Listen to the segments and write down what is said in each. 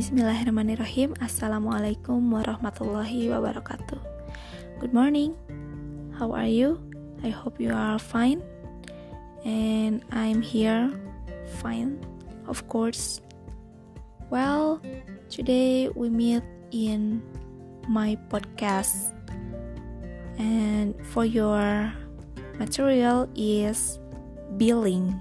Bismillahirrahmanirrahim. Assalamualaikum warahmatullahi wabarakatuh. Good morning. How are you? I hope you are fine. And I'm here fine, of course. Well, today we meet in my podcast. And for your material is billing.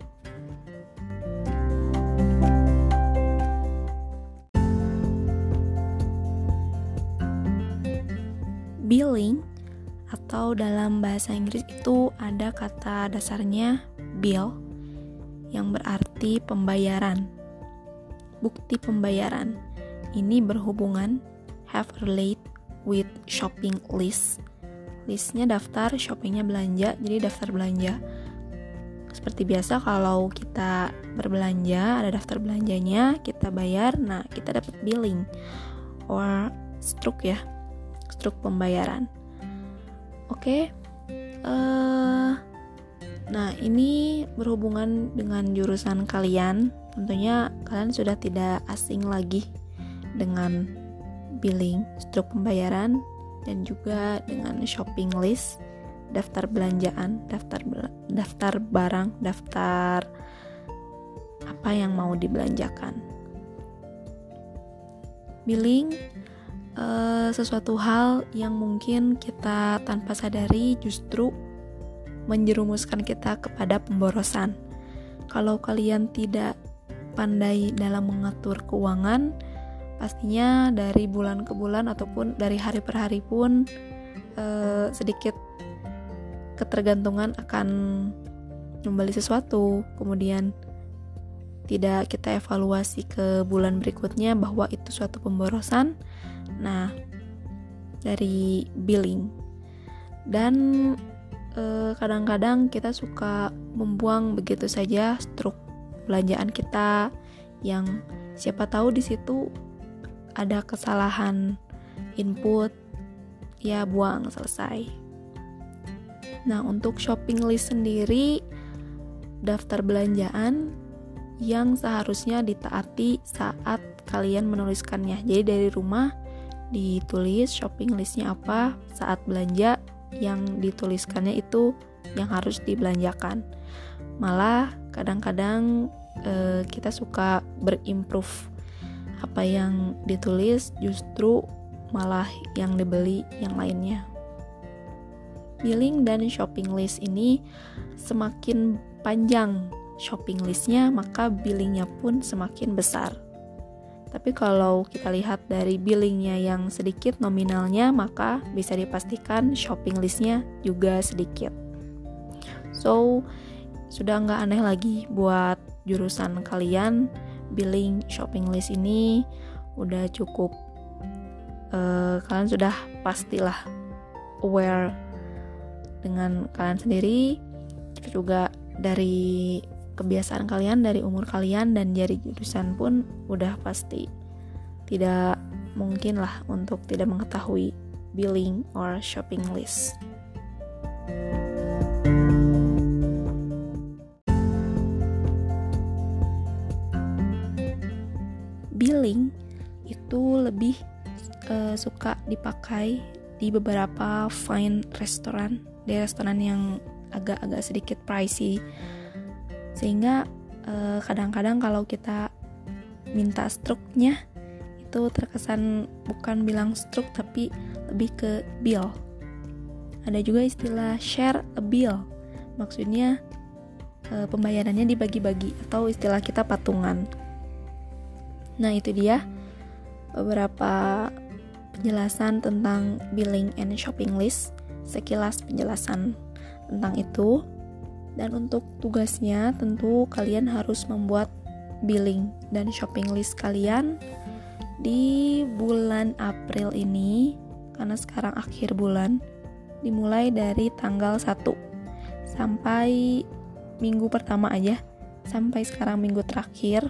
Billing atau dalam bahasa Inggris itu ada kata dasarnya bill yang berarti pembayaran, bukti pembayaran. Ini berhubungan have relate with shopping list. Listnya daftar, shoppingnya belanja, jadi daftar belanja. Seperti biasa kalau kita berbelanja, ada daftar belanjanya, kita bayar, nah kita dapat billing or struk ya. Struk pembayaran. Oke. Nah, ini berhubungan dengan jurusan kalian. Tentunya kalian sudah tidak asing lagi dengan billing, struk pembayaran, dan juga dengan shopping list, daftar belanjaan, daftar barang, daftar apa yang mau dibelanjakan. Billing sesuatu hal yang mungkin kita tanpa sadari justru menjerumuskan kita kepada pemborosan. Kalau kalian tidak pandai dalam mengatur keuangan, pastinya dari bulan ke bulan ataupun dari hari per hari pun sedikit ketergantungan akan membeli sesuatu, kemudian tidak kita evaluasi ke bulan berikutnya bahwa itu suatu pemborosan. Nah, dari billing. Dan kadang-kadang kita suka membuang begitu saja struk belanjaan kita yang siapa tahu di situ ada kesalahan input, ya buang, selesai. Nah, untuk shopping list sendiri, daftar belanjaan yang seharusnya ditaati saat kalian menuliskannya. Jadi dari rumah ditulis shopping listnya apa, saat belanja yang dituliskannya itu yang harus dibelanjakan. Malah kadang-kadang kita suka berimprove apa yang ditulis, justru malah yang dibeli yang lainnya. Billing dan shopping list ini semakin panjang shopping listnya, maka billingnya pun semakin besar. Tapi kalau kita lihat dari billingnya yang sedikit nominalnya, maka bisa dipastikan shopping listnya juga sedikit. So, sudah nggak aneh lagi buat jurusan kalian, billing shopping list ini udah cukup, kalian sudah pastilah aware dengan kalian sendiri, terus juga dari kebiasaan kalian, dari umur kalian, dan dari jurusan pun udah pasti tidak mungkin lah untuk tidak mengetahui billing or shopping list. Billing itu lebih suka dipakai di beberapa fine restoran, di restoran yang agak-agak sedikit pricey, sehingga kadang-kadang kalau kita minta struknya itu terkesan bukan bilang struk tapi lebih ke bill. Ada juga istilah share a bill, maksudnya pembayarannya dibagi-bagi, atau istilah kita patungan. Nah, itu dia beberapa penjelasan tentang billing and shopping list, sekilas penjelasan tentang itu. Dan untuk tugasnya tentu kalian harus membuat billing dan shopping list kalian di bulan April ini, karena sekarang akhir bulan, dimulai dari tanggal 1 sampai minggu pertama aja, sampai sekarang minggu terakhir.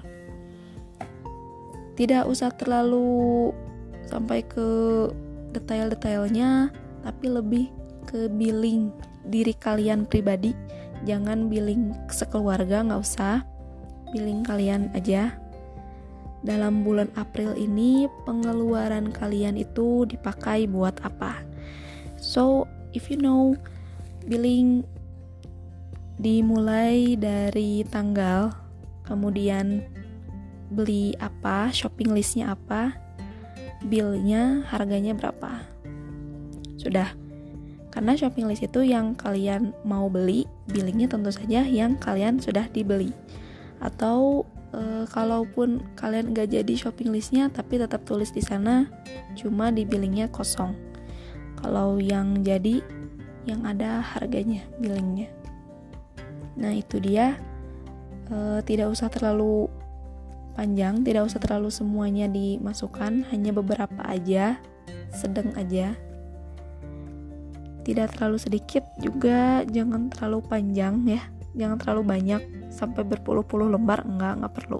Tidak usah terlalu sampai ke detail-detailnya, tapi lebih ke billing diri kalian pribadi. Jangan billing sekeluarga, nggak usah, billing kalian aja. dalam bulan April ini pengeluaran kalian itu dipakai buat apa. So, if you know, billing dimulai dari tanggal, kemudian beli apa, shopping listnya apa, billnya harganya berapa. Sudah. Karena shopping list itu yang kalian mau beli, billingnya tentu saja yang kalian sudah dibeli. Atau kalaupun kalian nggak jadi shopping listnya, tapi tetap tulis di sana, cuma di billingnya kosong. Kalau yang jadi, yang ada harganya, billingnya. Nah itu dia, tidak usah terlalu panjang, tidak usah terlalu semuanya dimasukkan, hanya beberapa aja, sedang aja. Tidak terlalu sedikit, juga jangan terlalu panjang ya, jangan terlalu banyak sampai berpuluh-puluh lembar, enggak perlu.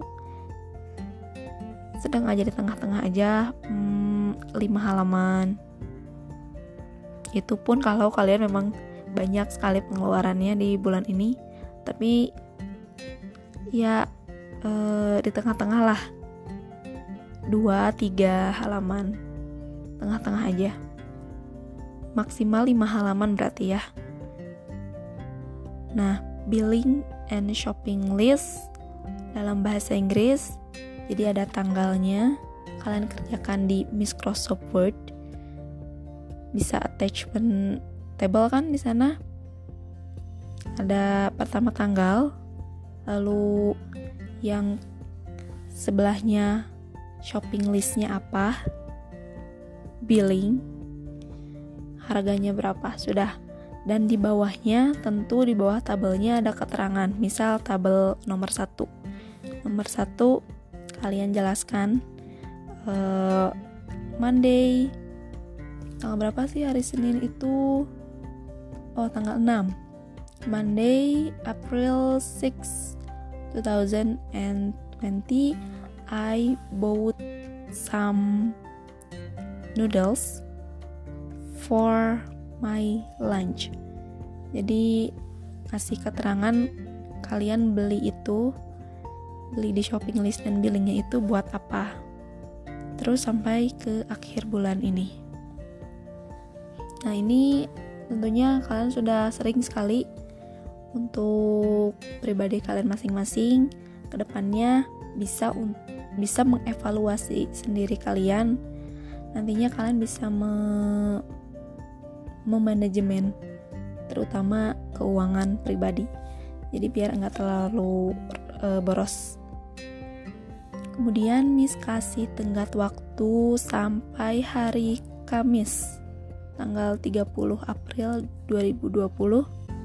Sedang aja, di tengah-tengah aja, 5 halaman. Itu pun kalau kalian memang banyak sekali pengeluarannya di bulan ini, tapi ya di tengah-tengah lah, 2-3 halaman, tengah-tengah aja. Maksimal 5 halaman berarti ya. Nah, billing and shopping list dalam bahasa Inggris, jadi ada tanggalnya. Kalian kerjakan di Microsoft Word. Bisa attachment table kan di sana. Ada pertama tanggal, lalu yang sebelahnya shopping listnya apa, billing, harganya berapa, sudah. Dan di bawahnya, tentu di bawah tabelnya ada keterangan. Misal tabel nomor 1. Nomor 1 kalian jelaskan Monday, tanggal berapa sih hari Senin itu? Oh, tanggal 6. Monday, April 6, 2020, I bought some noodles for my lunch. Jadi kasih keterangan kalian beli di shopping list dan billingnya itu buat apa. Terus sampai ke akhir bulan ini. Nah ini tentunya kalian sudah sering sekali untuk pribadi kalian masing-masing. Kedepannya bisa mengevaluasi sendiri kalian. Nantinya kalian bisa memanajemen terutama keuangan pribadi, jadi biar nggak terlalu boros. Kemudian Miss kasih tenggat waktu sampai hari Kamis tanggal 30 April 2020.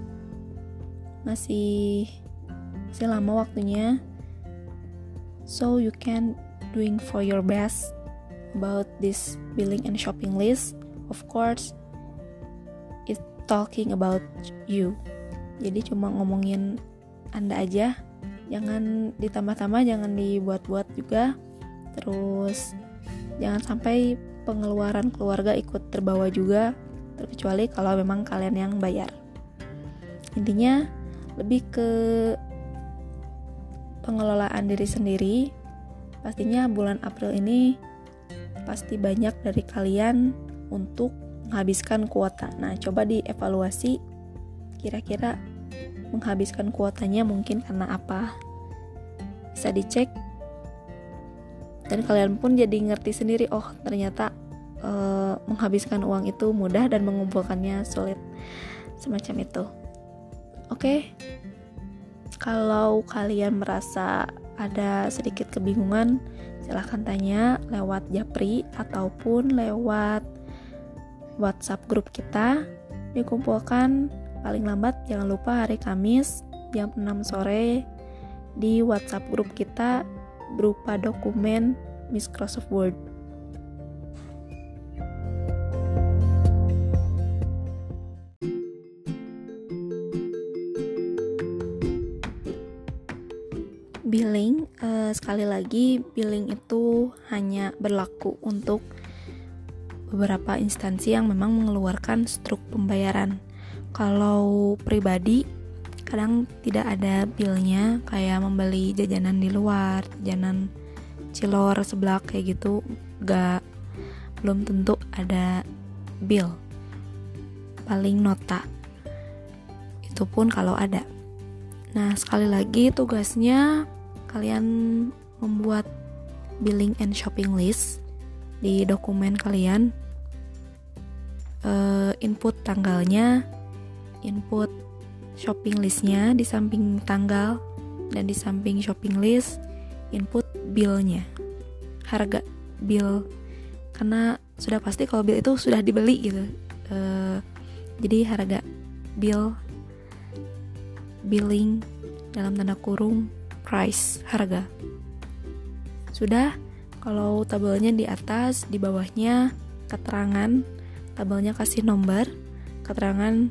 masih lama waktunya, so you can doing for your best about this billing and shopping list. Of course talking about you, jadi cuma ngomongin Anda aja, jangan ditambah-tambah, jangan dibuat-buat juga. Terus jangan sampai pengeluaran keluarga ikut terbawa juga, terkecuali kalau memang kalian yang bayar. Intinya lebih ke pengelolaan diri sendiri. Pastinya bulan April ini pasti banyak dari kalian untuk menghabiskan kuota. Nah, coba dievaluasi kira-kira menghabiskan kuotanya mungkin karena apa. Bisa dicek dan kalian pun jadi ngerti sendiri, oh ternyata menghabiskan uang itu mudah dan mengumpulkannya sulit, semacam itu. Oke. Kalau kalian merasa ada sedikit kebingungan, silahkan tanya lewat Japri ataupun lewat WhatsApp grup kita. Dikumpulkan paling lambat jangan lupa hari Kamis jam 6 sore di WhatsApp grup kita berupa dokumen Microsoft Word. Billing, sekali lagi billing itu hanya berlaku untuk beberapa instansi yang memang mengeluarkan struk pembayaran. Kalau pribadi kadang tidak ada billnya, kayak membeli jajanan di luar, jajanan cilor seblak kayak gitu, belum tentu ada bill, paling nota, itu pun kalau ada. Nah, sekali lagi tugasnya kalian membuat billing and shopping list di dokumen kalian. Input tanggalnya, input shopping listnya di samping tanggal, dan di samping shopping list input billnya, harga bill, karena sudah pasti kalau bill itu sudah dibeli gitu. Jadi harga bill, billing dalam tanda kurung, price, harga. Sudah. Kalau tabelnya di atas, di bawahnya keterangan, tabelnya kasih nomor, keterangan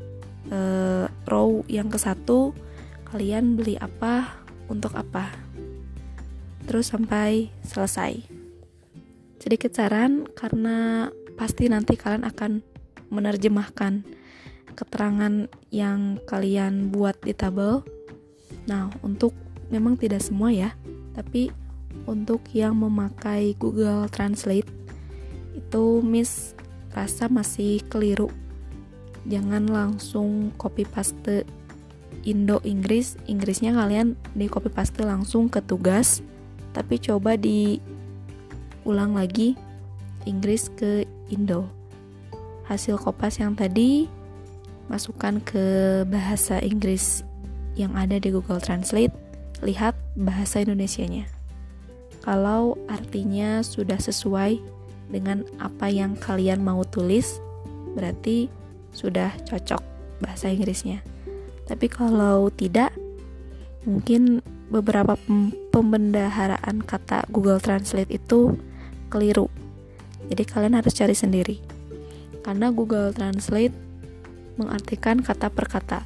row yang ke-1, kalian beli apa, untuk apa, terus sampai selesai. Sedikit saran, karena pasti nanti kalian akan menerjemahkan keterangan yang kalian buat di tabel. Nah, untuk memang tidak semua ya, tapi untuk yang memakai Google Translate itu Miss rasa masih keliru. Jangan langsung copy paste Indo Inggris, Inggrisnya kalian di copy paste langsung ke tugas, tapi coba diulang lagi Inggris ke Indo. Hasil kopas yang tadi masukkan ke bahasa Inggris yang ada di Google Translate, lihat bahasa Indonesianya. Kalau artinya sudah sesuai dengan apa yang kalian mau tulis, berarti sudah cocok bahasa Inggrisnya. Tapi kalau tidak, mungkin beberapa pembendaharaan kata Google Translate itu keliru. Jadi kalian harus cari sendiri. Karena Google Translate mengartikan kata per kata.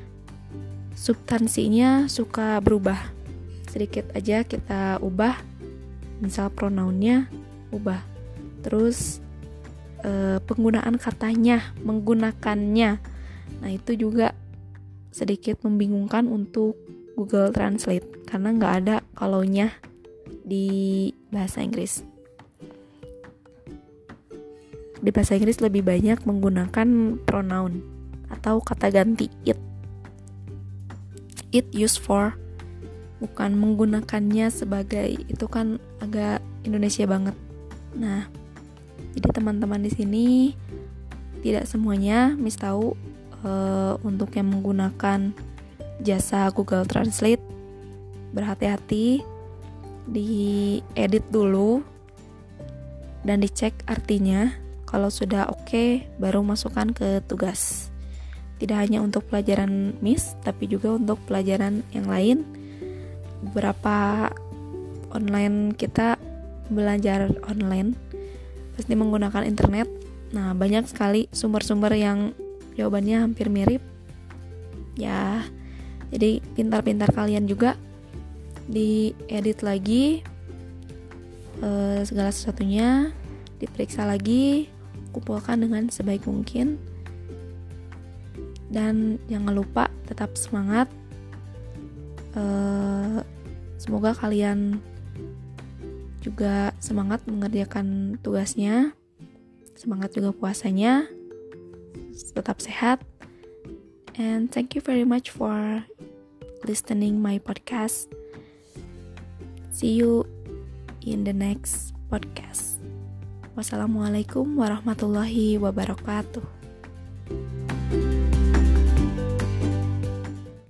Substansinya suka berubah. Sedikit aja kita ubah, misal pronounnya ubah, terus penggunaan katanya, menggunakannya, nah itu juga sedikit membingungkan untuk Google Translate karena nggak ada kalaunya di bahasa Inggris. Di bahasa Inggris lebih banyak menggunakan pronoun atau kata ganti it used for, bukan menggunakannya sebagai, itu kan agak Indonesia banget. Nah, jadi teman-teman di sini tidak semuanya Miss tahu untuk yang menggunakan jasa Google Translate, berhati-hati, diedit dulu dan dicek artinya. Kalau sudah oke, baru masukkan ke tugas. Tidak hanya untuk pelajaran Miss, tapi juga untuk pelajaran yang lain. Beberapa online kita belajar online pasti menggunakan internet. Nah, banyak sekali sumber-sumber yang jawabannya hampir mirip. Ya, jadi pintar-pintar kalian juga diedit lagi segala sesuatunya, diperiksa lagi, kumpulkan dengan sebaik mungkin. Dan jangan lupa tetap semangat. Semoga kalian juga semangat mengerjakan tugasnya, semangat juga puasanya, tetap sehat. And thank you very much for listening my podcast. See you in the next podcast. Wassalamualaikum warahmatullahi wabarakatuh.